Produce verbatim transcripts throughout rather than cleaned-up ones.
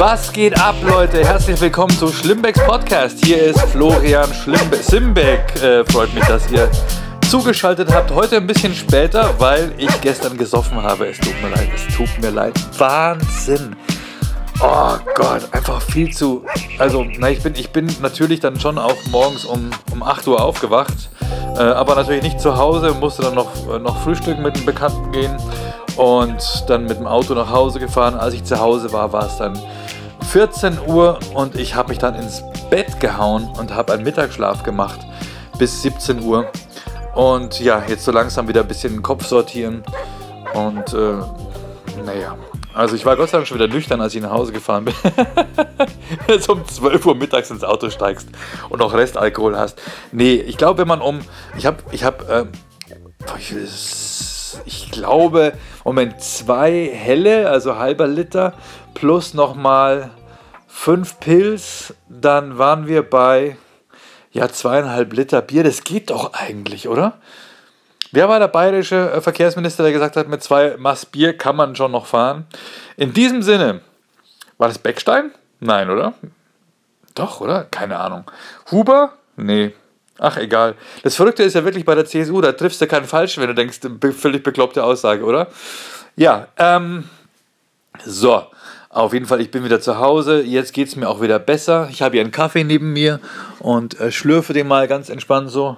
Was geht ab, Leute? Herzlich willkommen zu Schlimmbecks Podcast. Hier ist Florian Schlimbe- Simbeck. Äh, freut mich, dass ihr zugeschaltet habt. Heute ein bisschen später, weil ich gestern gesoffen habe. Es tut mir leid, es tut mir leid. Wahnsinn. Oh Gott, einfach viel zu... Also, na, ich bin, ich bin natürlich dann schon auch morgens um, um acht Uhr aufgewacht. Äh, aber natürlich nicht zu Hause. Musste dann noch, äh, noch frühstücken mit einem Bekannten gehen. Und dann mit dem Auto nach Hause gefahren. Als ich zu Hause war, war es dann vierzehn Uhr und ich habe mich dann ins Bett gehauen und habe einen Mittagsschlaf gemacht bis siebzehn Uhr. Und ja, jetzt so langsam wieder ein bisschen den Kopf sortieren. Und äh, naja, also ich war Gott sei Dank schon wieder nüchtern, als ich nach Hause gefahren bin. Wenn du um zwölf Uhr mittags ins Auto steigst und noch Restalkohol hast. Nee, ich glaube, wenn man um... Ich habe... Ich habe... Äh, ich glaube, Moment, zwei helle, also halber Liter, plus nochmal fünf Pilz, dann waren wir bei, ja, zweieinhalb Liter Bier. Das geht doch eigentlich, oder? Wer war der bayerische Verkehrsminister, der gesagt hat, mit zwei Maß Bier kann man schon noch fahren? In diesem Sinne, war das Beckstein? Nein, oder? Doch, oder? Keine Ahnung. Huber? Nee. Ach, egal. Das Verrückte ist ja wirklich bei der C S U, da triffst du keinen Falschen, wenn du denkst, völlig bekloppte Aussage, oder? Ja, ähm, so, auf jeden Fall, ich bin wieder zu Hause, jetzt geht es mir auch wieder besser. Ich habe hier einen Kaffee neben mir und äh, schlürfe den mal ganz entspannt so.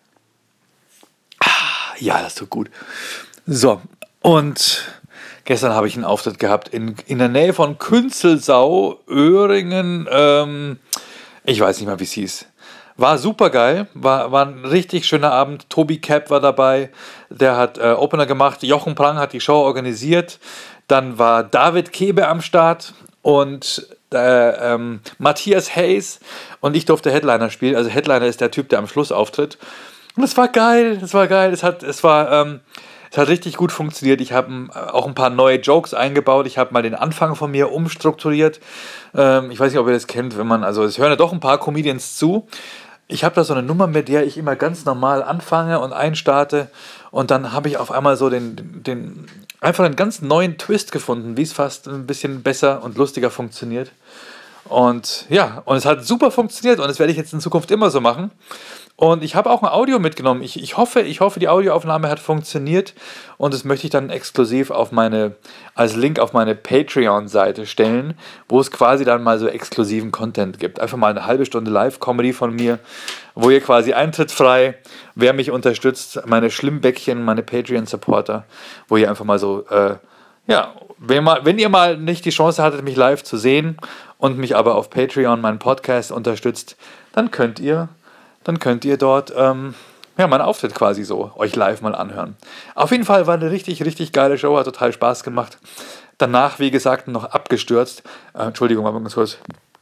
Ah, ja, das tut gut. So, und gestern habe ich einen Auftritt gehabt in, in der Nähe von Künzelsau, Öhringen, ähm, ich weiß nicht mal, wie es hieß. War super geil, war, war ein richtig schöner Abend. Tobi Cap war dabei, der hat äh, Opener gemacht. Jochen Prang hat die Show organisiert. Dann war David Kebe am Start und äh, ähm, Matthias Hayes und ich durfte Headliner spielen. Also Headliner ist der Typ, der am Schluss auftritt. Und es war geil, es war geil. Es hat, es war, ähm, es hat richtig gut funktioniert. Ich habe auch ein paar neue Jokes eingebaut. Ich habe mal den Anfang von mir umstrukturiert. Ähm, ich weiß nicht, ob ihr das kennt, wenn man, also es hören ja doch ein paar Comedians zu. Ich habe da so eine Nummer, mit der ich immer ganz normal anfange und einstarte und dann habe ich auf einmal so den, den einfach einen ganz neuen Twist gefunden, wie es fast ein bisschen besser und lustiger funktioniert. Und ja, und es hat super funktioniert und das werde ich jetzt in Zukunft immer so machen. Und ich habe auch ein Audio mitgenommen. Ich, ich hoffe, ich hoffe, die Audioaufnahme hat funktioniert und das möchte ich dann exklusiv auf meine, als Link auf meine Patreon-Seite stellen, wo es quasi dann mal so exklusiven Content gibt. Einfach mal eine halbe Stunde Live-Comedy von mir, wo ihr quasi eintrittfrei, wer mich unterstützt, meine Schlimmbäckchen, meine Patreon-Supporter, wo ihr einfach mal so, äh, ja, wenn, mal, wenn ihr mal nicht die Chance hattet, mich live zu sehen und mich aber auf Patreon, meinen Podcast unterstützt, dann könnt ihr dann könnt ihr dort ähm, ja, meinen Auftritt quasi so euch live mal anhören. Auf jeden Fall war eine richtig, richtig geile Show, hat total Spaß gemacht. Danach, wie gesagt, noch abgestürzt. Äh, Entschuldigung, mal ganz kurz.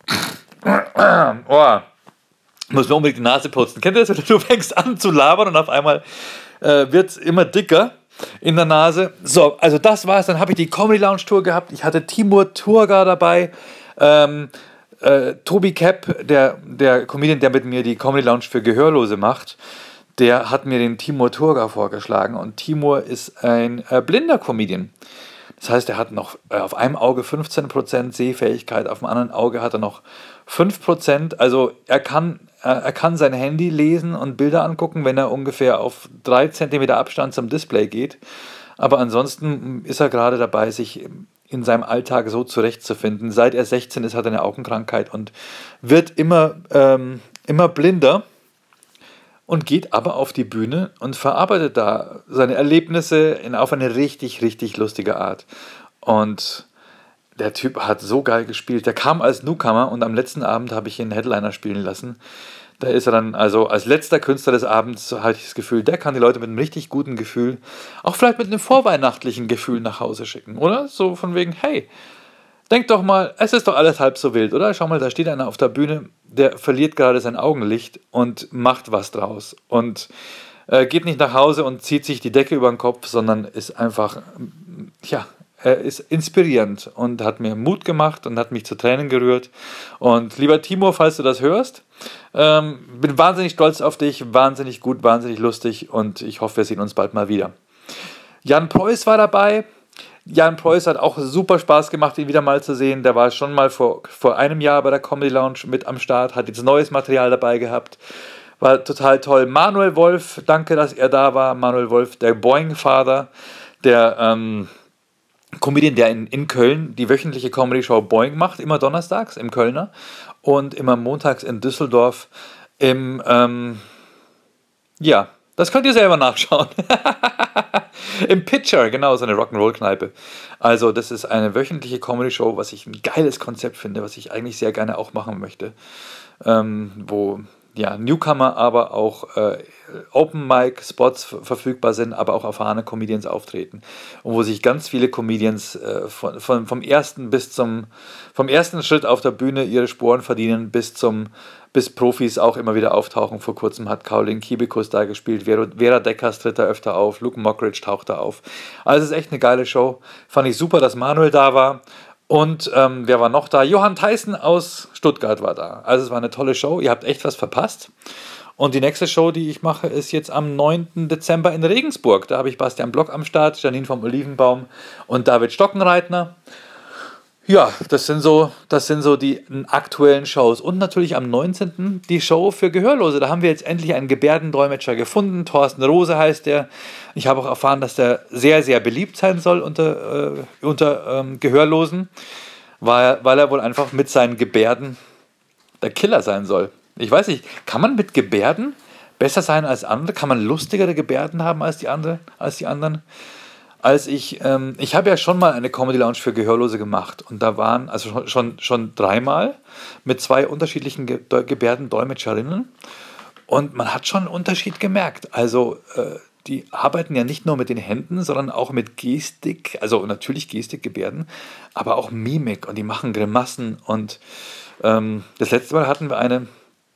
Oh, muss mir unbedingt die Nase putzen. Kennt ihr das, wenn du fängst an zu labern und auf einmal äh, wird es immer dicker in der Nase? So, also das war's. Dann habe ich die Comedy Lounge Tour gehabt. Ich hatte Timur Turga dabei. Ähm, Äh, Tobi Cap, der, der Comedian, der mit mir die Comedy Lounge für Gehörlose macht, der hat mir den Timur Turga vorgeschlagen und Timur ist ein äh, blinder Comedian. Das heißt, er hat noch äh, auf einem Auge fünfzehn Prozent Sehfähigkeit, auf dem anderen Auge hat er noch fünf Prozent. Also er kann, äh, er kann sein Handy lesen und Bilder angucken, wenn er ungefähr auf drei Zentimeter Abstand zum Display geht. Aber ansonsten ist er gerade dabei, sich in seinem Alltag so zurechtzufinden. Seit er sechzehn ist, hat er eine Augenkrankheit und wird immer, ähm, immer blinder und geht aber auf die Bühne und verarbeitet da seine Erlebnisse in, auf eine richtig, richtig lustige Art. Und der Typ hat so geil gespielt. Der kam als Newcomer und am letzten Abend habe ich ihn Headliner spielen lassen. Da ist er dann, also als letzter Künstler des Abends, hatte ich das Gefühl, der kann die Leute mit einem richtig guten Gefühl, auch vielleicht mit einem vorweihnachtlichen Gefühl nach Hause schicken, oder? So von wegen, hey, denk doch mal, es ist doch alles halb so wild, oder? Schau mal, da steht einer auf der Bühne, der verliert gerade sein Augenlicht und macht was draus. Und äh, geht nicht nach Hause und zieht sich die Decke über den Kopf, sondern ist einfach, ja, er ist inspirierend und hat mir Mut gemacht und hat mich zu Tränen gerührt. Und lieber Timur, falls du das hörst, ähm, bin wahnsinnig stolz auf dich, wahnsinnig gut, wahnsinnig lustig und ich hoffe, wir sehen uns bald mal wieder. Jan Preuß war dabei, Jan Preuß hat auch super Spaß gemacht, ihn wieder mal zu sehen. Der war schon mal vor, vor einem Jahr bei der Comedy Lounge mit am Start, hat jetzt neues Material dabei gehabt. War total toll. Manuel Wolf, danke, dass er da war. Manuel Wolf, der Boing-Father, der ähm, Comedian, der in, in Köln die wöchentliche Comedy-Show Boing macht, immer donnerstags im Kölner und immer montags in Düsseldorf im, ähm, ja, das könnt ihr selber nachschauen. Im Pitcher, genau, so eine Rock'n'Roll-Kneipe. Also das ist eine wöchentliche Comedy-Show, was ich ein geiles Konzept finde, was ich eigentlich sehr gerne auch machen möchte. Ähm, wo ja, Newcomer, aber auch äh, Open-Mic-Spots f- verfügbar sind, aber auch erfahrene Comedians auftreten. Und wo sich ganz viele Comedians äh, von, von, vom ersten bis zum, vom ersten Schritt auf der Bühne ihre Sporen verdienen, bis zum, bis Profis auch immer wieder auftauchen. Vor kurzem hat Caroline Kebekus da gespielt, Vera, Vera Deckers tritt da öfter auf, Luke Mockridge taucht da auf. Also es ist echt eine geile Show. Fand ich super, dass Manuel da war. Und ähm, wer war noch da? Johann Theissen aus Stuttgart war da. Also es war eine tolle Show. Ihr habt echt was verpasst. Und die nächste Show, die ich mache, ist jetzt am neunten Dezember in Regensburg. Da habe ich Bastian Block am Start, Janine vom Olivenbaum und David Stockenreitner. Ja, das sind so, das sind so die aktuellen Shows. Und natürlich am neunzehnten die Show für Gehörlose. Da haben wir jetzt endlich einen Gebärdendolmetscher gefunden. Thorsten Rose heißt der. Ich habe auch erfahren, dass der sehr, sehr beliebt sein soll unter, äh, unter ähm, Gehörlosen, weil, weil er wohl einfach mit seinen Gebärden der Killer sein soll. Ich weiß nicht, kann man mit Gebärden besser sein als andere? Kann man lustigere Gebärden haben als die, andere, als die anderen? Als ich, ähm, ich habe ja schon mal eine Comedy Lounge für Gehörlose gemacht und da waren, also schon, schon, schon dreimal mit zwei unterschiedlichen Ge Gebärdendolmetscherinnen und man hat schon einen Unterschied gemerkt. Also äh, die arbeiten ja nicht nur mit den Händen, sondern auch mit Gestik, also natürlich Gestik, Gebärden, aber auch Mimik und die machen Grimassen und ähm, das letzte Mal hatten wir eine,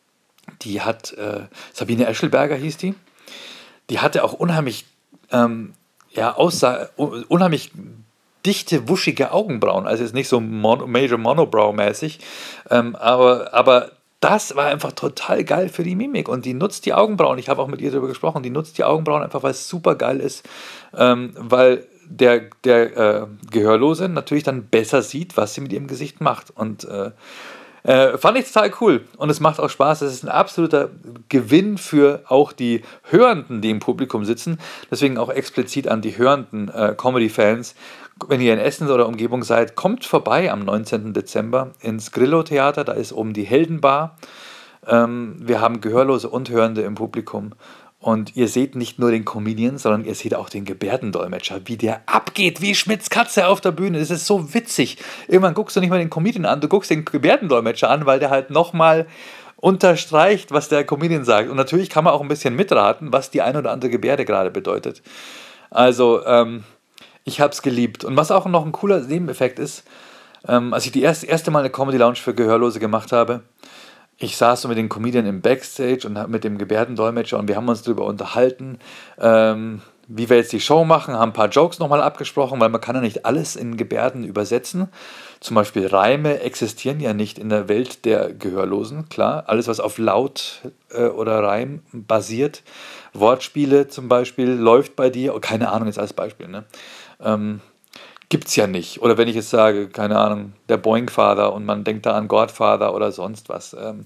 die hat, äh, Sabine Eschelberger hieß die, die hatte auch unheimlich ähm, ja, aussah unheimlich dichte, wuschige Augenbrauen. Also jetzt nicht so Mon Major Monobrow-mäßig, ähm, aber, aber das war einfach total geil für die Mimik. Und die nutzt die Augenbrauen, ich habe auch mit ihr darüber gesprochen, die nutzt die Augenbrauen einfach, weil es super geil ist, ähm, weil der, der äh, Gehörlose natürlich dann besser sieht, was sie mit ihrem Gesicht macht. Und äh, Äh, fand ich total cool und es macht auch Spaß. Es ist ein absoluter Gewinn für auch die Hörenden, die im Publikum sitzen. Deswegen auch explizit an die hörenden äh, Comedy-Fans. Wenn ihr in Essen oder Umgebung seid, kommt vorbei am neunzehnten Dezember ins Grillo-Theater. Da ist oben die Heldenbar. Ähm, wir haben Gehörlose und Hörende im Publikum. Und ihr seht nicht nur den Comedian, sondern ihr seht auch den Gebärdendolmetscher, wie der abgeht, wie Schmitz Katze auf der Bühne. Das ist so witzig. Irgendwann guckst du nicht mal den Comedian an, du guckst den Gebärdendolmetscher an, weil der halt nochmal unterstreicht, was der Comedian sagt. Und natürlich kann man auch ein bisschen mitraten, was die ein oder andere Gebärde gerade bedeutet. Also, ähm, ich hab's geliebt. Und was auch noch ein cooler Nebeneffekt ist, ähm, als ich die erste, erste Mal eine Comedy Lounge für Gehörlose gemacht habe, ich saß so mit den Comedian im Backstage und mit dem Gebärdendolmetscher und wir haben uns darüber unterhalten, ähm, wie wir jetzt die Show machen, haben ein paar Jokes nochmal abgesprochen, weil man kann ja nicht alles in Gebärden übersetzen. Zum Beispiel Reime existieren ja nicht in der Welt der Gehörlosen, klar. Alles, was auf Laut äh, oder Reim basiert, Wortspiele zum Beispiel, läuft bei dir, oh, keine Ahnung, jetzt als Beispiel, ne? Ähm, Gibt's ja nicht. Oder wenn ich jetzt sage, keine Ahnung, der Boing-Father und man denkt da an Godfather oder sonst was. Ähm,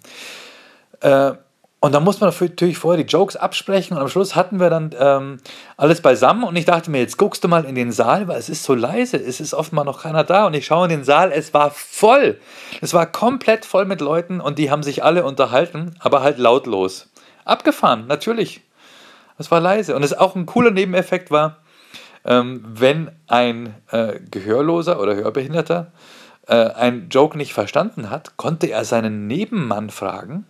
äh, und dann muss man natürlich vorher die Jokes absprechen und am Schluss hatten wir dann ähm, alles beisammen und ich dachte mir, jetzt guckst du mal in den Saal, weil es ist so leise, es ist offenbar noch keiner da und ich schaue in den Saal, es war voll. Es war komplett voll mit Leuten und die haben sich alle unterhalten, aber halt lautlos. Abgefahren, natürlich. Es war leise. Und es auch ein cooler Nebeneffekt war, ähm, wenn ein äh, Gehörloser oder Hörbehinderter äh, einen Joke nicht verstanden hat, konnte er seinen Nebenmann fragen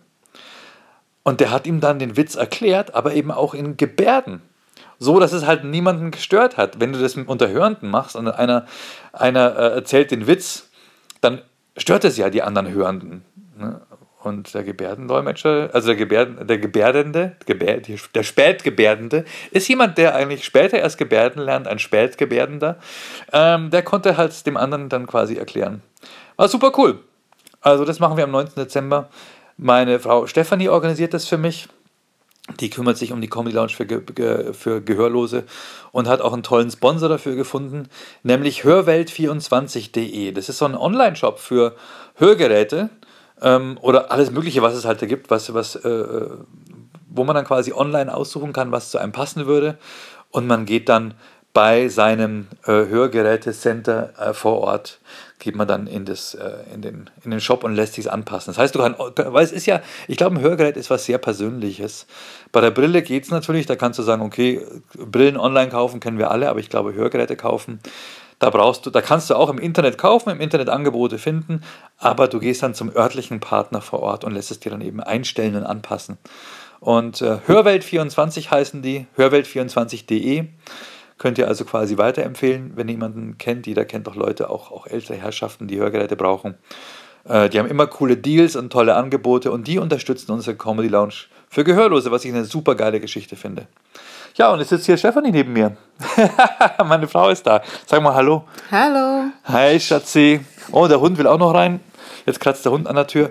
und der hat ihm dann den Witz erklärt, aber eben auch in Gebärden. So, dass es halt niemanden gestört hat. Wenn du das mit unter Hörenden machst und einer, einer äh, erzählt den Witz, dann stört es ja die anderen Hörenden. Ne? Und der Gebärdendolmetscher, also der, Gebärden, der Gebärdende, Gebär, der Spätgebärdende, ist jemand, der eigentlich später erst Gebärden lernt, ein Spätgebärdender. Ähm, der konnte halt dem anderen dann quasi erklären. War super cool. Also das machen wir am neunten Dezember. Meine Frau Stefanie organisiert das für mich. Die kümmert sich um die Comedy Lounge für, Ge Ge für Gehörlose und hat auch einen tollen Sponsor dafür gefunden, nämlich hörwelt vierundzwanzig punkt de. Das ist so ein Online-Shop für Hörgeräte ähm, oder alles Mögliche, was es halt da gibt, was, was, äh, wo man dann quasi online aussuchen kann, was zu einem passen würde. Und man geht dann bei seinem äh, Hörgerätecenter äh, vor Ort, geht man dann in, das, äh, in, den, in den Shop und lässt sich anpassen. Das heißt, du kannst, weil es ist ja, ich glaube, ein Hörgerät ist was sehr Persönliches. Bei der Brille geht es natürlich, da kannst du sagen, okay, Brillen online kaufen kennen wir alle, aber ich glaube, Hörgeräte kaufen, da brauchst du, da kannst du auch im Internet kaufen, im Internet Angebote finden, aber du gehst dann zum örtlichen Partner vor Ort und lässt es dir dann eben einstellen und anpassen. Und äh, hörwelt vierundzwanzig heißen die, hörwelt vierundzwanzig punkt de. Könnt ihr also quasi weiterempfehlen, wenn ihr jemanden kennt. Jeder kennt doch Leute, auch, auch ältere Herrschaften, die Hörgeräte brauchen. Äh, die haben immer coole Deals und tolle Angebote und die unterstützen unsere Comedy Lounge für Gehörlose, was ich eine super geile Geschichte finde. Ja, und jetzt sitzt hier Stefanie neben mir. Meine Frau ist da. Sag mal Hallo. Hallo. Hi, Schatzi. Oh, der Hund will auch noch rein. Jetzt kratzt der Hund an der Tür.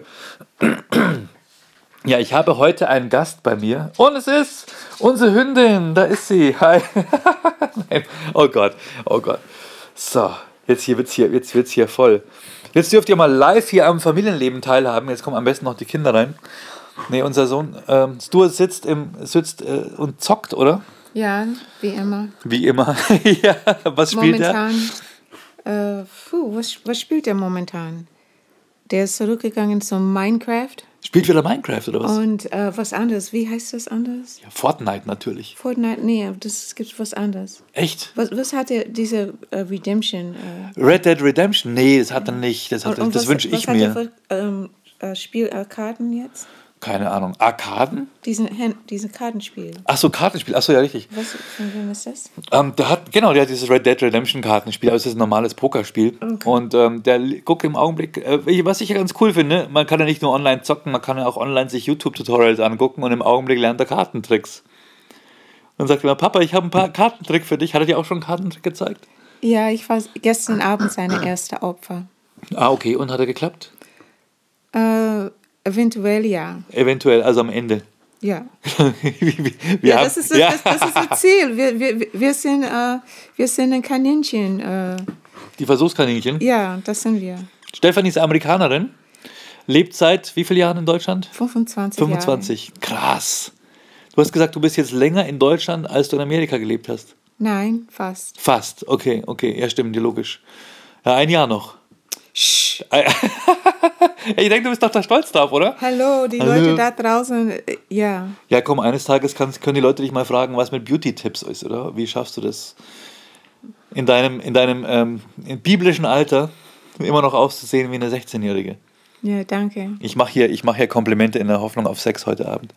Ja, ich habe heute einen Gast bei mir und es ist unsere Hündin, da ist sie. Hi. Nein. Oh Gott, oh Gott. So, jetzt hier wird's hier, jetzt wird's hier voll. Jetzt dürft ihr mal live hier am Familienleben teilhaben. Jetzt kommen am besten noch die Kinder rein. Nee, unser Sohn, ähm, Stuart sitzt, im, sitzt äh, und zockt, oder? Ja, wie immer. Wie immer. Ja, was spielt momentan, er? Äh, puh, was, was spielt er momentan? Der ist zurückgegangen zum Minecraft. Spielt wieder Minecraft oder was? Und äh, was anderes. Wie heißt das anders? Ja, Fortnite natürlich. Fortnite, nee, das gibt was anderes. Echt? Was, was hat er, diese äh, Redemption? Äh, Red Dead Redemption? Nee, das hat er nicht. Das, hat, und, und das was, wünsche ich was hat mir. er für ähm, äh, Spielkarten äh, jetzt? Keine Ahnung. Arkaden? Diesen, diesen Kartenspiel. Ach so, Kartenspiel. Ach so, ja, richtig. Was, von wem ist das? Ähm, der hat, genau, der hat dieses Red Dead Redemption Kartenspiel, aber es ist ein normales Pokerspiel. Okay. Und ähm, der guckt im Augenblick, äh, was ich ja ganz cool finde, man kann ja nicht nur online zocken, man kann ja auch online sich YouTube-Tutorials angucken und im Augenblick lernt er Kartentricks. Und sagt immer, Papa, ich habe ein paar Kartentrick für dich. Hat er dir auch schon einen Kartentrick gezeigt? Ja, ich war gestern Abend seine erste Opfer. Ah, okay. Und hat er geklappt? Äh, eventuell ja. Eventuell, also am Ende. Ja. wir ja, haben, das, ist das, ja. das, das ist das Ziel. Wir, wir, wir, sind, äh, wir sind ein Kaninchen. Äh. Die Versuchskaninchen? Ja, das sind wir. Stefanie ist Amerikanerin, lebt seit wie vielen Jahren in Deutschland? fünfundzwanzig. fünfundzwanzig. Jahre. Krass. Du hast gesagt, du bist jetzt länger in Deutschland, als du in Amerika gelebt hast. Nein, fast. Fast, okay, okay. Ja, stimmt, logisch. Ja, ein Jahr noch. Sch. Ich denke, du bist doch da stolz drauf, oder? Hallo, die Hallo. Leute da draußen, ja. Ja, komm, eines Tages kann, können die Leute dich mal fragen, was mit Beauty-Tipps ist, oder? Wie schaffst du das, in deinem, in deinem ähm, in biblischen Alter immer noch auszusehen wie eine sechzehnjährige? Ja, danke. Ich mache hier, ich mach hier Komplimente in der Hoffnung auf Sex heute Abend.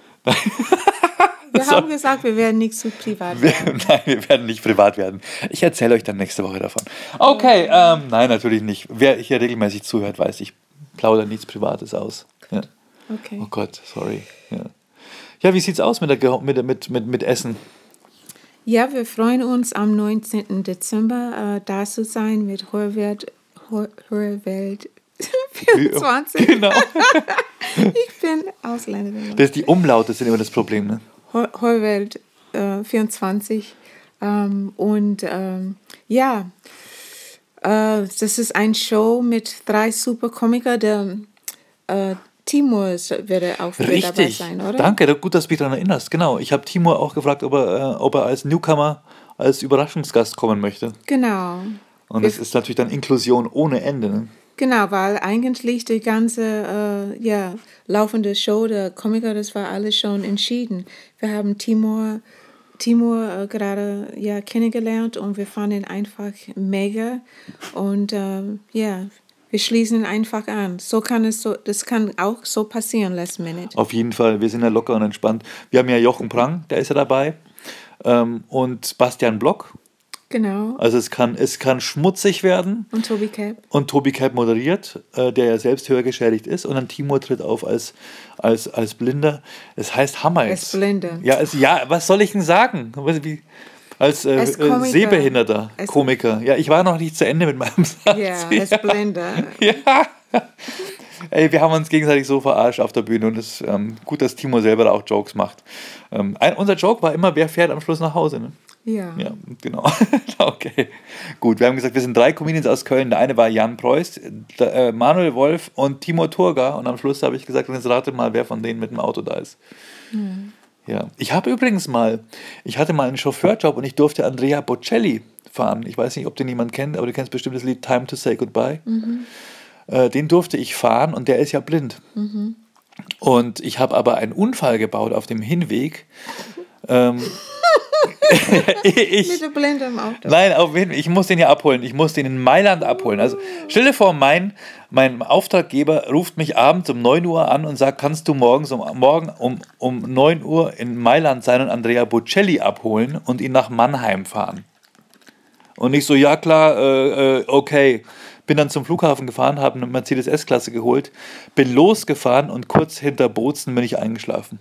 Wir haben gesagt, wir werden nicht zu privat werden. Nein, wir werden nicht privat werden. Ich erzähle euch dann nächste Woche davon. Okay, ähm, nein, natürlich nicht. Wer hier regelmäßig zuhört, weiß, ich plaudere nichts Privates aus. Ja. Okay. Oh Gott, sorry. Ja, ja, wie sieht's aus mit, der, mit, mit, mit, mit Essen? Ja, wir freuen uns am neunzehnten Dezember äh, da zu sein mit Hörwelt, Hörwelt vierundzwanzig. Genau. Ich bin Ausländerin. Das, die Umlaute sind immer das Problem, ne? Hörwelt äh, vierundzwanzig. Ähm, und ähm, ja, äh, das ist eine Show mit drei super Komiker. Der äh, Timur wird auch wieder dabei sein, oder? Danke, gut, dass du mich daran erinnerst. Genau, ich habe Timur auch gefragt, ob er, äh, ob er als Newcomer, als Überraschungsgast kommen möchte. Genau. Und das ist natürlich dann Inklusion ohne Ende, ne? Genau, weil eigentlich die ganze äh, ja, laufende Show der Komiker, das war alles schon entschieden. Wir haben Timur, Timur äh, gerade ja, kennengelernt und wir fanden ihn einfach mega. Und äh, ja, wir schließen ihn einfach an. So kann es so, das kann auch so passieren, last minute. Auf jeden Fall, wir sind ja locker und entspannt. Wir haben ja Jochen Prang, der ist ja dabei. Ähm, und Bastian Block. Genau. Also es kann, es kann schmutzig werden. Und Tobi Cap. Und Tobi Cap moderiert, äh, der ja selbst hörgeschädigt ist. Und dann Timur tritt auf als, als, als Blinder. Es heißt Hammer jetzt. Als Blinder. Ja, als, ja, was soll ich denn sagen? Wie, als äh, als äh, Sehbehinderter, als Komiker. Ja, ich war noch nicht zu Ende mit meinem Satz. Ja, als Blinder. Ja. Ey, wir haben uns gegenseitig so verarscht auf der Bühne und es ist ähm, gut, dass Timo selber da auch Jokes macht. Ähm, ein, unser Joke war immer, wer fährt am Schluss nach Hause, ne? Ja. Ja, genau. Okay. Gut, wir haben gesagt, wir sind drei Comedians aus Köln. Der eine war Jan Preuß, der, äh, Manuel Wolf und Timo Turga. Und am Schluss habe ich gesagt, und jetzt rate mal, wer von denen mit dem Auto da ist. Mhm. Ja. Ich habe übrigens mal, ich hatte mal einen Chauffeurjob und ich durfte Andrea Bocelli fahren. Ich weiß nicht, ob den jemand kennt, aber du kennst bestimmt das Lied Time to Say Goodbye. Mhm. Äh, den durfte ich fahren und der ist ja blind. Mhm. Und ich habe aber einen Unfall gebaut auf dem Hinweg. ähm, ich, Mit der Blinde im Auto. Nein, auf jeden Fall, ich muss den ja abholen. Ich muss den in Mailand abholen. Also stell dir vor, mein, mein Auftraggeber ruft mich abends um neun Uhr an und sagt, kannst du morgens um, morgen um, um neun Uhr in Mailand sein und Andrea Bocelli abholen und ihn nach Mannheim fahren. Und ich so, ja klar, äh, äh, okay. Bin dann zum Flughafen gefahren, habe eine Mercedes S-Klasse geholt, bin losgefahren und kurz hinter Bozen bin ich eingeschlafen.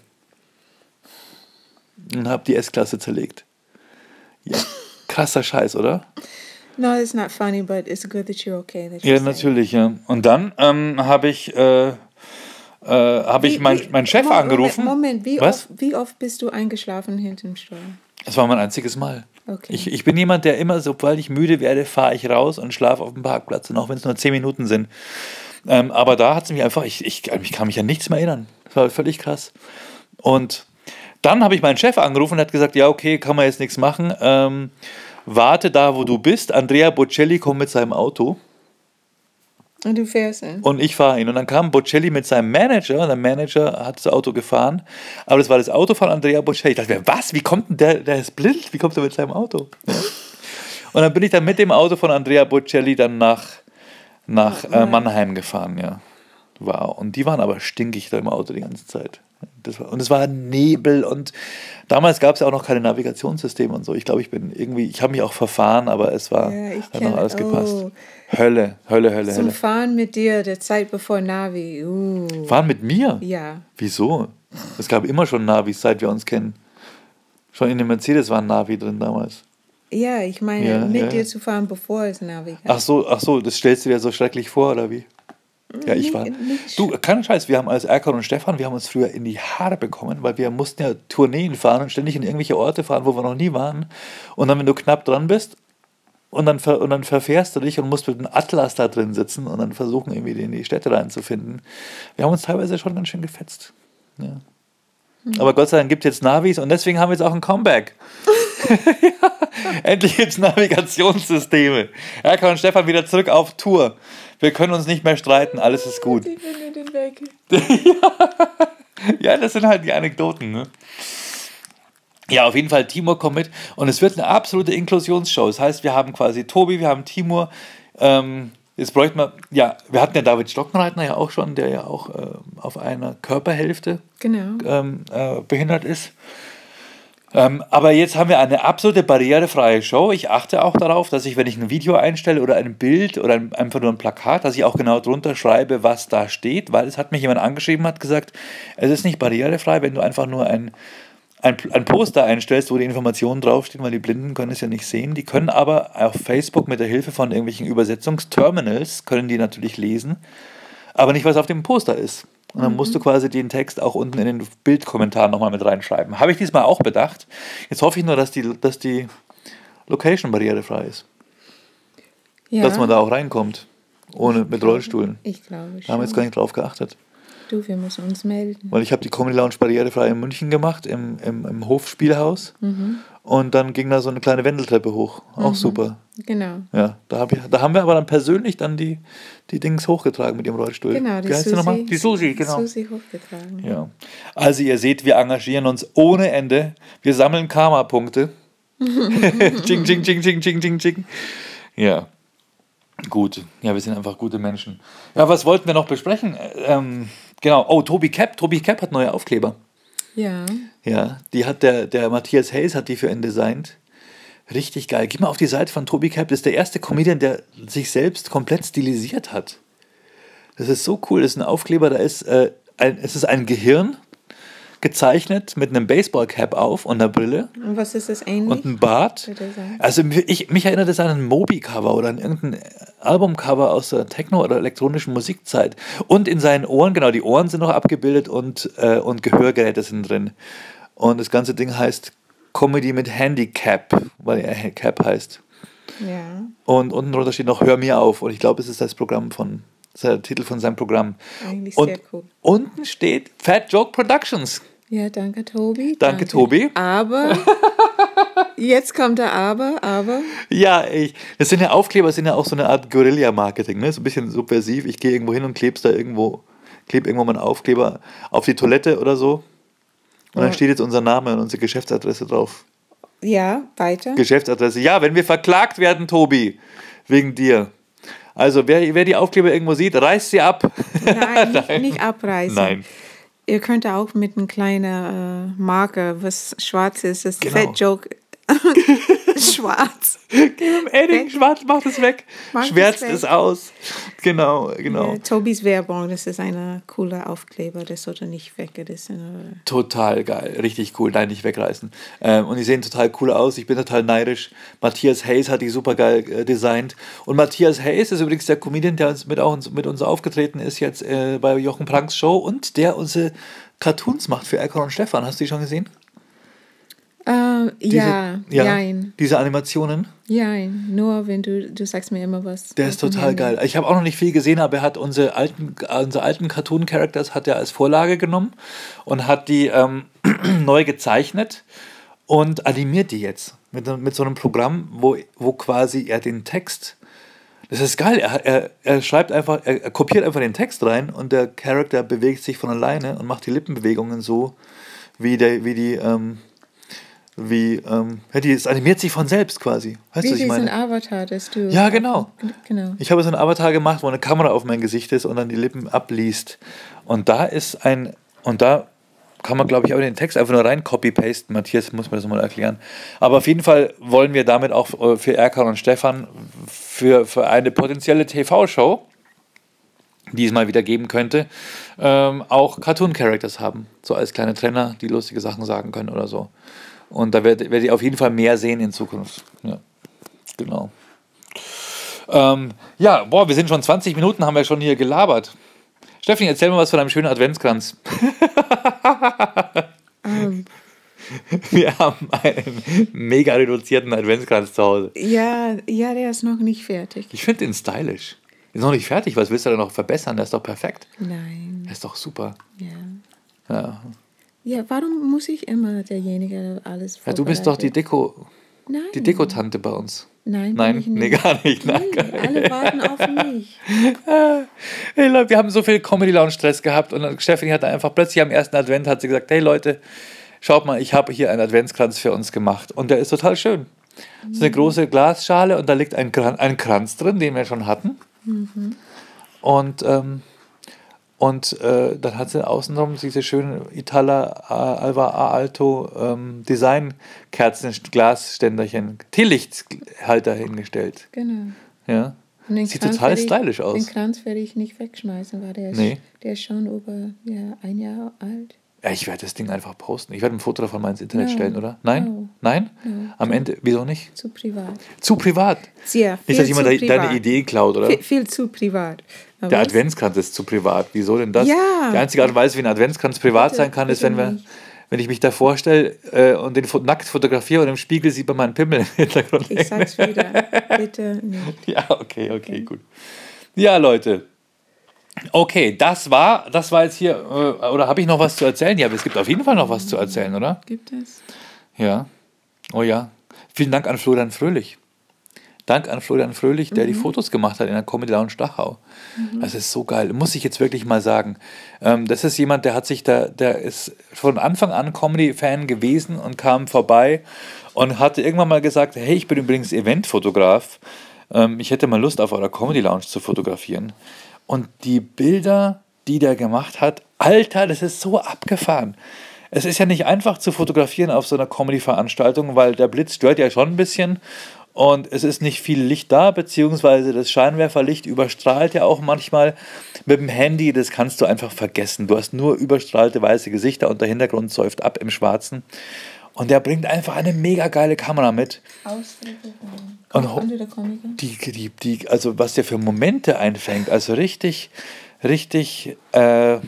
Und habe die S-Klasse zerlegt. Ja, krasser Scheiß, oder? No, it's not funny, but it's good that you're okay. That you're Ja, safe. natürlich, ja. Und dann ähm, habe ich, äh, äh, hab ich meinen mein Chef Moment, angerufen. Moment, wie, Was? Oft, wie oft bist du eingeschlafen hinterm Steuer? Das war mein einziges Mal. Okay. Ich, ich bin jemand, der immer, sobald ich müde werde, fahre ich raus und schlafe auf dem Parkplatz. Und auch wenn es nur zehn Minuten sind. Ähm, aber da hat es mich einfach, ich, ich, ich kann mich an nichts mehr erinnern. Das war völlig krass. Und dann habe ich meinen Chef angerufen und hat gesagt, ja okay, kann man jetzt nichts machen. Ähm, warte da, wo du bist. Andrea Bocelli kommt mit seinem Auto. Und du fährst ihn? Und ich fahre ihn. Und dann kam Bocelli mit seinem Manager. Und der Manager hat das Auto gefahren. Aber das war das Auto von Andrea Bocelli. Ich dachte mir, was? Wie kommt denn der? Der ist blind. Wie kommt er mit seinem Auto? Ja. Und dann bin ich dann mit dem Auto von Andrea Bocelli dann nach, nach äh, Mannheim gefahren. Ja. Wow. Und die waren aber stinkig da im Auto die ganze Zeit. Das war, und es war Nebel und damals gab es ja auch noch keine Navigationssysteme und so. Ich glaube, ich bin irgendwie, ich habe mich auch verfahren, aber es war, Ja, ich hat kenn- noch alles gepasst. oh. Hölle, Hölle, Hölle, Zum Hölle. Fahren mit dir, der Zeit bevor Navi. Uh. Fahren mit mir? Ja. Wieso? Es gab immer schon Navis, seit wir uns kennen. Schon in dem Mercedes war ein Navi drin damals. Ja, ich meine, Ja, mit ja, dir ja. zu fahren, bevor es Navi gab. Ach so, ach so, das stellst du dir so schrecklich vor, oder wie? Ja, ich war. Nicht- nicht Du, kein Scheiß, wir haben als Erkan und Stefan, wir haben uns früher in die Haare bekommen, weil wir mussten ja Tourneen fahren und ständig in irgendwelche Orte fahren, wo wir noch nie waren. Und dann, wenn du knapp dran bist, und dann, ver, und dann verfährst du dich und musst mit einem Atlas da drin sitzen und dann versuchen, irgendwie in die Städte reinzufinden. Wir haben uns teilweise schon ganz schön gefetzt. Ja. Aber Gott sei Dank gibt es jetzt Navis und deswegen haben wir jetzt auch ein Comeback. Ja, endlich gibt es Navigationssysteme. Erkan und Stefan wieder zurück auf Tour. Wir können uns nicht mehr streiten, alles ist gut. Ich bin den weg. Ja, das sind halt die Anekdoten, ne? Ja, auf jeden Fall, Timur kommt mit und es wird eine absolute Inklusionsshow. Das heißt, wir haben quasi Tobi, wir haben Timur, ähm, jetzt bräuchten wir, ja, wir hatten ja David Stockenreitner ja auch schon, der ja auch äh, auf einer Körperhälfte Genau. ähm, äh, behindert ist. Ähm, aber jetzt haben wir eine absolute barrierefreie Show. Ich achte auch darauf, dass ich, wenn ich ein Video einstelle oder ein Bild oder ein, einfach nur ein Plakat, dass ich auch genau drunter schreibe, was da steht, weil es hat mich jemand angeschrieben, hat gesagt, es ist nicht barrierefrei, wenn du einfach nur ein, ein, ein Poster einstellst, wo die Informationen draufstehen, weil die Blinden können es ja nicht sehen. Die können aber auf Facebook mit der Hilfe von irgendwelchen Übersetzungsterminals, können die natürlich lesen, aber nicht, was auf dem Poster ist. Und dann musst du quasi den Text auch unten in den Bildkommentar nochmal mit reinschreiben. Habe ich diesmal auch bedacht. Jetzt hoffe ich nur, dass die, dass die Location barrierefrei ist. Ja. Dass man da auch reinkommt. Ohne mit Rollstuhlen. Ich glaube Da haben wir jetzt gar schon. nicht drauf geachtet. Du, wir müssen uns melden. Weil ich habe die Comedy Lounge barrierefrei in München gemacht, im, im, im Hofspielhaus. Mhm. Und dann ging da so eine kleine Wendeltreppe hoch. Auch super. Genau. Ja, da, hab ich, da haben wir aber dann persönlich dann die, die Dings hochgetragen mit ihrem Rollstuhl. Genau, die Wie heißt Susi. die nochmal? Die Susi, genau. Susi hochgetragen. Ja. Also ihr seht, wir engagieren uns ohne Ende. Wir sammeln Karma-Punkte. Ching, ching, ching, ching, ching, ching, ching. Ja. Gut. Ja, wir sind einfach gute Menschen. Ja, was wollten wir noch besprechen? Ähm, genau. Oh, Tobi Cap. Tobi Cap hat neue Aufkleber. Ja. Ja, die hat der, der Matthias Hayes hat die für ihn designt. Richtig geil. Geh mal auf die Seite von Tobi Cap. Das ist der erste Comedian, der sich selbst komplett stilisiert hat. Das ist so cool. Das ist ein Aufkleber, da ist äh, ein, es ist ein Gehirn, gezeichnet mit einem Baseballcap auf und einer Brille. Und was ist das ähnlich? Und ein Bart. Also ich, mich erinnert es an ein Moby-Cover oder an irgendein Albumcover aus der Techno- oder elektronischen Musikzeit. Und in seinen Ohren, genau, die Ohren sind noch abgebildet und, äh, und Gehörgeräte sind drin. Und das ganze Ding heißt Comedy mit Handicap, weil er Cap heißt. Ja. Und unten drunter steht noch Hör mir auf. Und ich glaube, es ist das Programm von, das ist der Titel von seinem Programm. Eigentlich und sehr cool. Unten steht Fat Joke Productions. Ja, danke, Tobi. Danke, danke. Tobi. Aber, jetzt kommt der Aber, aber. Ja, ich, das sind ja Aufkleber, das sind ja auch so eine Art Guerilla-Marketing, ne? So ein bisschen subversiv. Ich gehe irgendwo hin und kleb's da irgendwo, klebe irgendwo meinen Aufkleber auf die Toilette oder so. Und dann steht jetzt unser Name und unsere Geschäftsadresse drauf. Ja, weiter. Geschäftsadresse. Ja, wenn wir verklagt werden, Tobi, wegen dir. Also, wer, wer die Aufkleber irgendwo sieht, reißt sie ab. Nein, nicht, Nein. nicht abreißen. Nein. Ihr könnt auch mit einer kleinen äh, Marke, was schwarz ist, das genau. Fat Joke schwarz. Geh mit dem Edding, schwarz, macht es weg. Macht Schwärzt es, weg. es aus. Genau, genau. Ja, Tobis Werbung, das ist ein cooler Aufkleber, das sollte nicht weggerissen. Total geil, richtig cool, nein, nicht wegreißen. Ähm, und die sehen total cool aus, ich bin total neidisch. Matthias Hayes hat die super geil äh, designt. Und Matthias Hayes ist übrigens der Comedian, der uns mit, auch uns, mit uns aufgetreten ist jetzt äh, bei Jochen Pranks Show und der unsere Cartoons macht für Erkan und Stefan. Hast du die schon gesehen? Uh, diese, ja, ja, jein. Diese Animationen? Jein, nur wenn du, du sagst mir immer was. Der ist total geil. Ich habe auch noch nicht viel gesehen, aber er hat unsere alten, unsere alten Cartoon-Characters hat er als Vorlage genommen und hat die ähm, neu gezeichnet und animiert die jetzt mit, mit so einem Programm, wo, wo quasi er den Text, das ist geil, er, er, er schreibt einfach, er, er kopiert einfach den Text rein und der Charakter bewegt sich von alleine und macht die Lippenbewegungen so, wie, der, wie die, ähm, wie, ähm, ja, die, es animiert sich von selbst quasi. Weißt wie du, was ich meine? Wie ein Avatar, das du... Ja, genau. genau. Ich habe so einen Avatar gemacht, wo eine Kamera auf mein Gesicht ist und dann die Lippen abliest. Und da ist ein, und da kann man, glaube ich, auch den Text einfach nur rein copy-pasten. Matthias muss mir das mal erklären. Aber auf jeden Fall wollen wir damit auch für Erkan und Stefan für, für eine potenzielle T V-Show, die es mal wieder geben könnte, ähm, auch Cartoon-Characters haben. So als kleine Trainer, die lustige Sachen sagen können oder so. Und da werdet werd ihr auf jeden Fall mehr sehen in Zukunft. Ja, genau. Ähm, ja, boah, wir sind schon zwanzig Minuten, haben wir schon hier gelabert. Steffi, erzähl mal was von deinem schönen Adventskranz. um. Wir haben einen mega reduzierten Adventskranz zu Hause. Ja, ja, der ist noch nicht fertig. Ich finde den stylisch. Ist noch nicht fertig, was willst du da noch verbessern? Der ist doch perfekt. Nein. Der ist doch super. Ja. Ja. Ja, warum muss ich immer derjenige alles vorbereiten? Ja, du bist doch die Deko, Nein. die Deko-Tante bei uns. Nein, Nein, ich nicht. Nee, gar nicht. Nee, alle warten auf mich. Hey Leute, wir haben so viel Comedy-Lounge-Stress gehabt und dann Stephanie hat einfach plötzlich am ersten Advent hat sie gesagt, hey Leute, schaut mal, ich habe hier einen Adventskranz für uns gemacht und der ist total schön. Das ist eine große Glasschale und da liegt ein, Kran- ein Kranz drin, den wir schon hatten. Mhm. Und ähm, Und äh, dann hat sie außenrum diese schönen Itala Alva A Alto ähm, Design-Kerzen, Glasständerchen, Teelichthalter hingestellt. Genau. Ja. Sieht Kranz total stylisch aus. Den Kranz werde ich nicht wegschmeißen, weil der ist, nee. der ist schon über ja, ein Jahr alt. Ja, ich werde das Ding einfach posten. Ich werde ein Foto davon mal ins Internet no. stellen, oder? Nein? No. Nein? No. Am Ende, wieso nicht? Zu privat. Zu privat? Sehr, viel nicht, dass jemand zu de- deine Idee klaut, oder? Viel, viel zu privat. Aber der Adventskranz ist zu privat. Wieso denn das? Ja. Die einzige Art und Weise, wie ein Adventskranz privat bitte, sein kann, ist, wenn, wir, wenn ich mich da vorstelle äh, und den nackt fotografiere und im Spiegel sieht man meinen Pimmel im Hintergrund. Ich sag's wieder. Bitte nicht. Ja, okay, okay, okay, gut. Ja, Leute. Okay, das war, das war jetzt hier, äh, oder habe ich noch was zu erzählen? Ja, aber es gibt auf jeden Fall noch was zu erzählen, oder? Gibt es? Ja. Oh ja. Vielen Dank an Florian Fröhlich. Dank an Florian Fröhlich, der mhm. die Fotos gemacht hat in der Comedy Lounge Dachau. Mhm. Das ist so geil, muss ich jetzt wirklich mal sagen. Ähm, das ist jemand, der hat sich da, der ist von Anfang an Comedy-Fan gewesen und kam vorbei und hatte irgendwann mal gesagt, hey, ich bin übrigens Eventfotograf. Ähm, ich hätte mal Lust, auf eurer Comedy Lounge zu fotografieren. Und die Bilder, die der gemacht hat, Alter, das ist so abgefahren. Es ist ja nicht einfach zu fotografieren auf so einer Comedy-Veranstaltung, weil der Blitz stört ja schon ein bisschen. und es ist nicht viel Licht da, beziehungsweise das Scheinwerferlicht überstrahlt ja auch manchmal mit dem Handy, das kannst du einfach vergessen. Du hast nur überstrahlte weiße Gesichter und der Hintergrund säuft ab im Schwarzen. Und der bringt einfach eine mega geile Kamera mit. Ausdrücke von Und ho- unter der Komiker. die, die, die, also was der für Momente einfängt, also richtig, richtig, äh,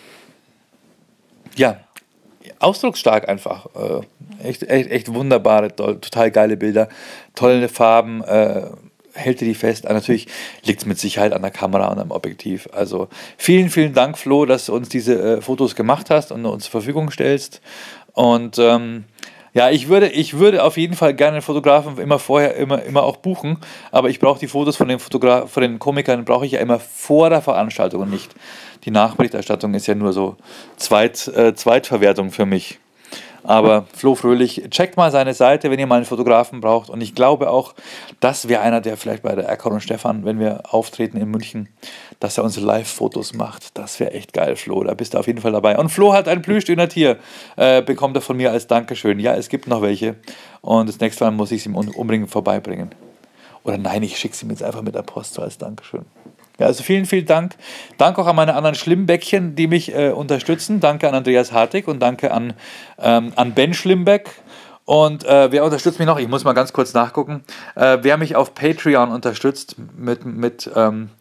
ja, ausdrucksstark einfach. Äh, echt, echt, echt wunderbare, toll, total geile Bilder, tolle Farben, äh, hält dir die fest. Ah, natürlich liegt es mit Sicherheit an der Kamera und am Objektiv. Also vielen, vielen Dank, Flo, dass du uns diese äh, Fotos gemacht hast und uns zur Verfügung stellst. Und ähm, ja, ich würde, ich würde auf jeden Fall gerne einen Fotografen immer vorher, immer, immer auch buchen, aber ich brauche die Fotos von den Fotogra von den Komikern, brauche ich ja immer vor der Veranstaltung und nicht. Die Nachberichterstattung ist ja nur so Zweit, äh, Zweitverwertung für mich. Aber Flo Fröhlich, checkt mal seine Seite, wenn ihr mal einen Fotografen braucht. Und ich glaube auch, das wäre einer, der vielleicht bei der Erkan und Stefan, wenn wir auftreten in München, dass er unsere Live-Fotos macht. Das wäre echt geil, Flo. Da bist du auf jeden Fall dabei. Und Flo hat ein Plüschdöner-Tier, äh, bekommt er von mir als Dankeschön. Ja, es gibt noch welche. Und das nächste Mal muss ich es ihm un- unbedingt vorbeibringen. Oder nein, ich schicke es ihm jetzt einfach mit der Post so als Dankeschön. Ja, also vielen, vielen Dank. Danke auch an meine anderen Schlimmbäckchen, die mich äh, unterstützen. Danke an Andreas Hartig und danke an, ähm, an Ben Schlimbeck. Und äh, wer unterstützt mich noch? Ich muss mal ganz kurz nachgucken. Äh, wer mich auf Patreon unterstützt, mit, mit ähm,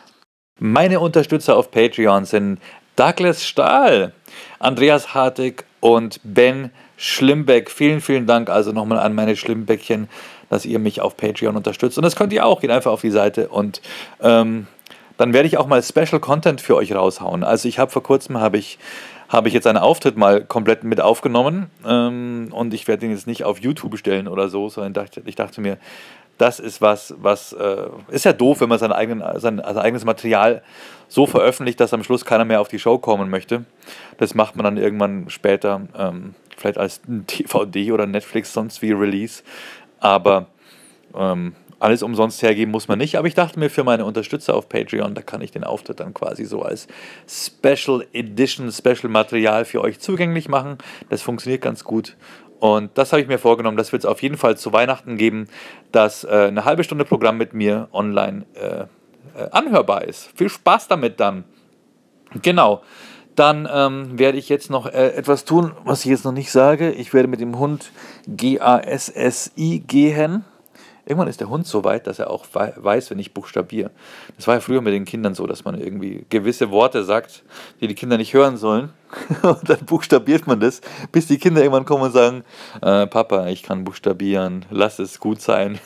meine Unterstützer auf Patreon sind Douglas Stahl, Andreas Hartig und Ben Schlimbeck. Vielen, vielen Dank also nochmal an meine Schlimmbäckchen, dass ihr mich auf Patreon unterstützt. Und das könnt ihr auch. Geht einfach auf die Seite und ähm, dann werde ich auch mal Special Content für euch raushauen. Also ich habe vor kurzem, habe ich, habe ich jetzt einen Auftritt mal komplett mit aufgenommen ähm, und ich werde den jetzt nicht auf YouTube stellen oder so, sondern dachte, ich dachte mir, das ist was, was äh, ist ja doof, wenn man sein, eigenen, sein, sein eigenes Material so veröffentlicht, dass am Schluss keiner mehr auf die Show kommen möchte. Das macht man dann irgendwann später, ähm, vielleicht als ein D V D oder Netflix, sonst wie Release. Aber ähm, alles umsonst hergeben muss man nicht, aber ich dachte mir, für meine Unterstützer auf Patreon, da kann ich den Auftritt dann quasi so als Special Edition, Special Material für euch zugänglich machen. Das funktioniert ganz gut. Und das habe ich mir vorgenommen, das wird es auf jeden Fall zu Weihnachten geben, dass äh, eine halbe Stunde Programm mit mir online äh, äh, anhörbar ist. Viel Spaß damit dann. Genau. Dann ähm, werde ich jetzt noch äh, etwas tun, was ich jetzt noch nicht sage. Ich werde mit dem Hund G A S S I gehen. Irgendwann ist der Hund so weit, dass er auch weiß, wenn ich buchstabiere. Das war ja früher mit den Kindern so, dass man irgendwie gewisse Worte sagt, die die Kinder nicht hören sollen. Und dann buchstabiert man das, bis die Kinder irgendwann kommen und sagen, äh, Papa, ich kann buchstabieren, lass es gut sein.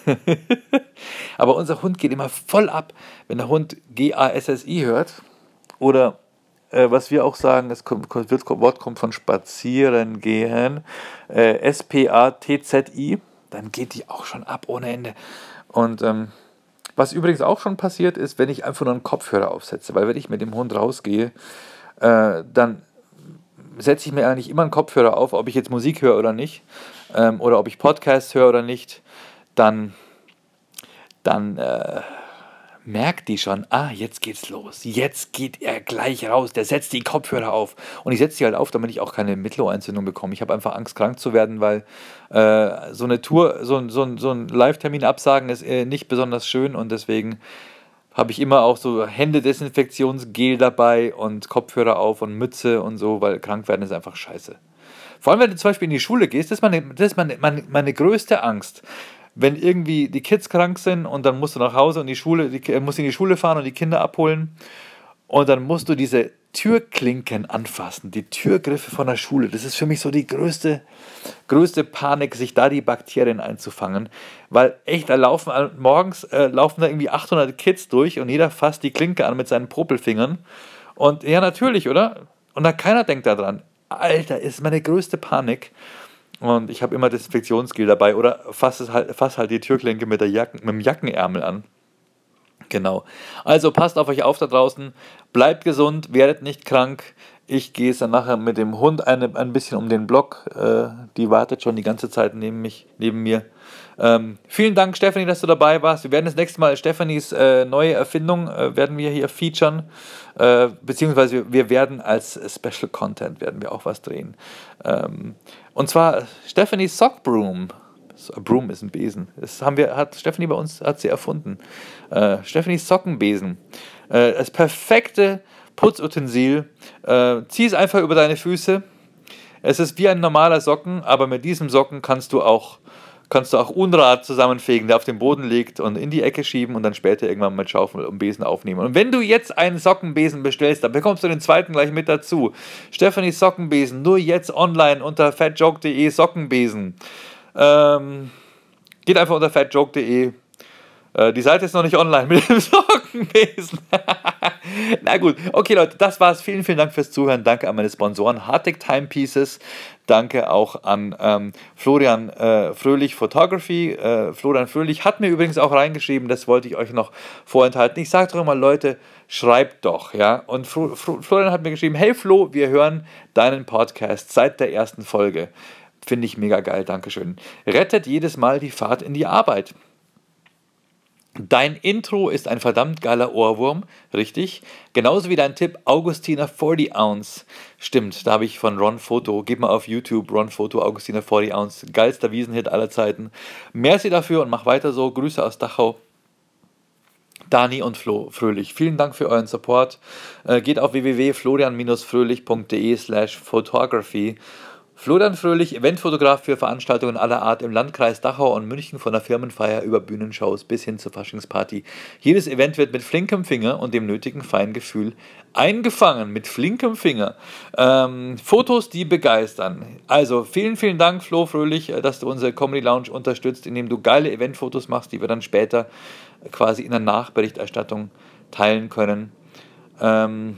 Aber unser Hund geht immer voll ab, wenn der Hund G A S S I hört. Oder äh, was wir auch sagen, das Wort kommt von spazieren gehen, äh, S P A T Z I. Dann geht die auch schon ab ohne Ende. Und ähm, was übrigens auch schon passiert ist, wenn ich einfach nur einen Kopfhörer aufsetze, weil wenn ich mit dem Hund rausgehe, äh, dann setze ich mir eigentlich immer einen Kopfhörer auf, ob ich jetzt Musik höre oder nicht, ähm, oder ob ich Podcasts höre oder nicht, dann, dann äh, merkt die schon, ah, jetzt geht's los, jetzt geht er gleich raus, der setzt die Kopfhörer auf. Und ich setze die halt auf, damit ich auch keine Mittelohrentzündung bekomme. Ich habe einfach Angst, krank zu werden, weil äh, so eine Tour, so, so, so ein Live-Termin absagen ist äh, nicht besonders schön und deswegen habe ich immer auch so Händedesinfektionsgel dabei und Kopfhörer auf und Mütze und so, weil krank werden ist einfach scheiße. Vor allem, wenn du zum Beispiel in die Schule gehst, das ist meine, das ist meine, meine, meine größte Angst. Wenn irgendwie die Kids krank sind und dann musst du nach Hause und die Schule, die, musst in die Schule fahren und die Kinder abholen und dann musst du diese Türklinken anfassen, die Türgriffe von der Schule. Das ist für mich so die größte, größte Panik, sich da die Bakterien einzufangen, weil echt, da laufen morgens äh, laufen da irgendwie achthundert Kids durch und jeder fasst die Klinke an mit seinen Popelfingern und ja, natürlich, oder? Und dann keiner denkt da dran. Alter, ist meine größte Panik. Und ich habe immer Desinfektionsgel dabei oder fasse halt, fass halt die Türklinke mit, der Jacken, mit dem Jackenärmel an. Genau. Also passt auf euch auf da draußen, bleibt gesund, werdet nicht krank. Ich gehe dann nachher mit dem Hund eine, ein bisschen um den Block. Äh, die wartet schon die ganze Zeit neben, mich, neben mir. Ähm, vielen Dank, Stephanie, dass du dabei warst. Wir werden das nächste Mal Stephanies äh, neue Erfindung äh, werden wir hier featuren. Äh, beziehungsweise wir, wir werden als Special Content werden wir auch was drehen. Ähm, und zwar Stephanies Sock Broom. So, a broom ist ein Besen. Das haben wir, hat Stephanie bei uns, hat sie erfunden. Äh, Stephanies Sockenbesen. Äh, das perfekte Putzutensil. Äh, zieh es einfach über deine Füße. Es ist wie ein normaler Socken, aber mit diesem Socken kannst du auch, kannst du auch Unrat zusammenfegen, der auf dem Boden liegt und in die Ecke schieben und dann später irgendwann mit Schaufel und Besen aufnehmen. Und wenn du jetzt einen Sockenbesen bestellst, dann bekommst du den zweiten gleich mit dazu. Stephanies Sockenbesen, nur jetzt online unter fatjoke punkt de Sockenbesen. Ähm, geht einfach unter fatjoke punkt de. Äh, die Seite ist noch nicht online mit dem Sockenbesen. Na gut, okay Leute, das war's. Vielen, vielen Dank fürs Zuhören. Danke an meine Sponsoren Hartig Timepieces. Danke auch an ähm, Florian äh, Fröhlich Photography. Äh, Florian Fröhlich hat mir übrigens auch reingeschrieben, das wollte ich euch noch vorenthalten. Ich sage doch immer, Leute, schreibt doch, ja. Und Fro- Fro- Florian hat mir geschrieben, hey Flo, wir hören deinen Podcast seit der ersten Folge. Finde ich mega geil, Dankeschön. Rettet jedes Mal die Fahrt in die Arbeit. Dein Intro ist ein verdammt geiler Ohrwurm, richtig? Genauso wie dein Tipp Augustina vierzig Ounce. Stimmt, da habe ich von Ron Photo. Gib mal auf YouTube Ron Photo Augustina vierzig Ounce. Geilster Wiesenhit aller Zeiten. Merci dafür und mach weiter so. Grüße aus Dachau. Dani und Flo Fröhlich, vielen Dank für euren Support. Äh, geht auf w w w punkt florian fröhlich punkt de slash photography. Florian Fröhlich, Eventfotograf für Veranstaltungen aller Art im Landkreis Dachau und München, von der Firmenfeier über Bühnenshows bis hin zur Faschingsparty. Jedes Event wird mit flinkem Finger und dem nötigen Feingefühl eingefangen. Mit flinkem Finger. Ähm, Fotos, die begeistern. Also vielen, vielen Dank, Flo Fröhlich, dass du unsere Comedy Lounge unterstützt, indem du geile Eventfotos machst, die wir dann später quasi in der Nachberichterstattung teilen können. Ähm,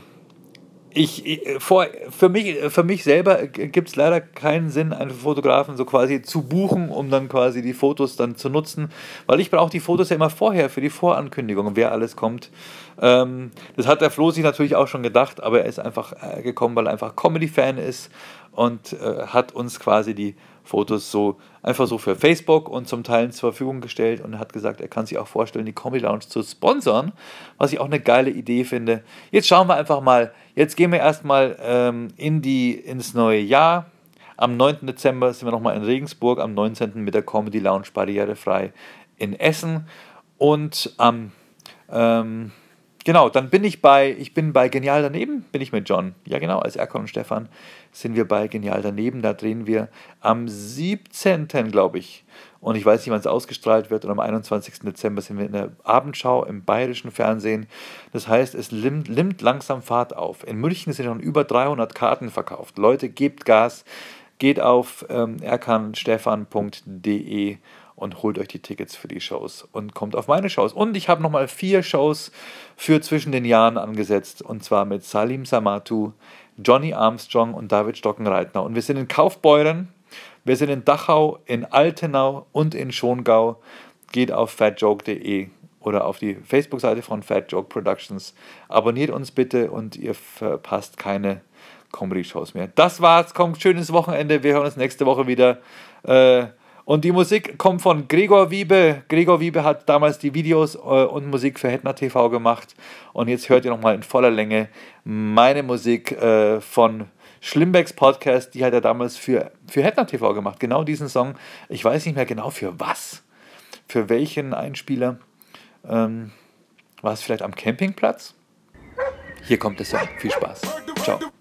Ich, ich, vor, für, mich, für mich selber gibt es leider keinen Sinn, einen Fotografen so quasi zu buchen, um dann quasi die Fotos dann zu nutzen, weil ich brauche die Fotos ja immer vorher für die Vorankündigung, wer alles kommt. Ähm, das hat der Flo sich natürlich auch schon gedacht, aber er ist einfach äh, gekommen, weil er einfach Comedy-Fan ist und äh, hat uns quasi die Fotos so einfach so für Facebook und zum Teil zur Verfügung gestellt und hat gesagt, er kann sich auch vorstellen, die Comedy Lounge zu sponsern, was ich auch eine geile Idee finde. Jetzt schauen wir einfach mal, jetzt gehen wir erstmal ähm, in die, ins neue Jahr. Am neunten Dezember sind wir nochmal in Regensburg, am neunzehnten mit der Comedy Lounge barrierefrei in Essen und am ähm, Genau, dann bin ich bei, ich bin bei Genial daneben, bin ich mit John. Ja genau, als Erkan und Stefan sind wir bei Genial daneben. Da drehen wir am siebzehnten glaube ich. Und ich weiß nicht, wann es ausgestrahlt wird. Und am einundzwanzigsten Dezember sind wir in der Abendschau im bayerischen Fernsehen. Das heißt, es nimmt, nimmt langsam Fahrt auf. In München sind schon über dreihundert Karten verkauft. Leute, gebt Gas, geht auf ähm, erkan stefan punkt de und holt euch die Tickets für die Shows und kommt auf meine Shows. Und ich habe nochmal vier Shows für zwischen den Jahren angesetzt, und zwar mit Salim Samatu, Johnny Armstrong und David Stockenreitner. Und wir sind in Kaufbeuren, wir sind in Dachau, in Altenau und in Schongau. Geht auf fatjoke punkt de oder auf die Facebook-Seite von Fatjoke Productions. Abonniert uns bitte und ihr verpasst keine Comedy-Shows mehr. Das war's, kommt schönes Wochenende, wir hören uns nächste Woche wieder. Äh, Und die Musik kommt von Gregor Wiebe. Gregor Wiebe hat damals die Videos äh, und Musik für Hetner T V gemacht. Und jetzt hört ihr nochmal in voller Länge meine Musik äh, von Schlimmbecks Podcast. Die hat er damals für, für Hetner T V gemacht. Genau diesen Song. Ich weiß nicht mehr genau für was. Für welchen Einspieler. Ähm, war es vielleicht am Campingplatz? Hier kommt der Song. Viel Spaß. Ciao.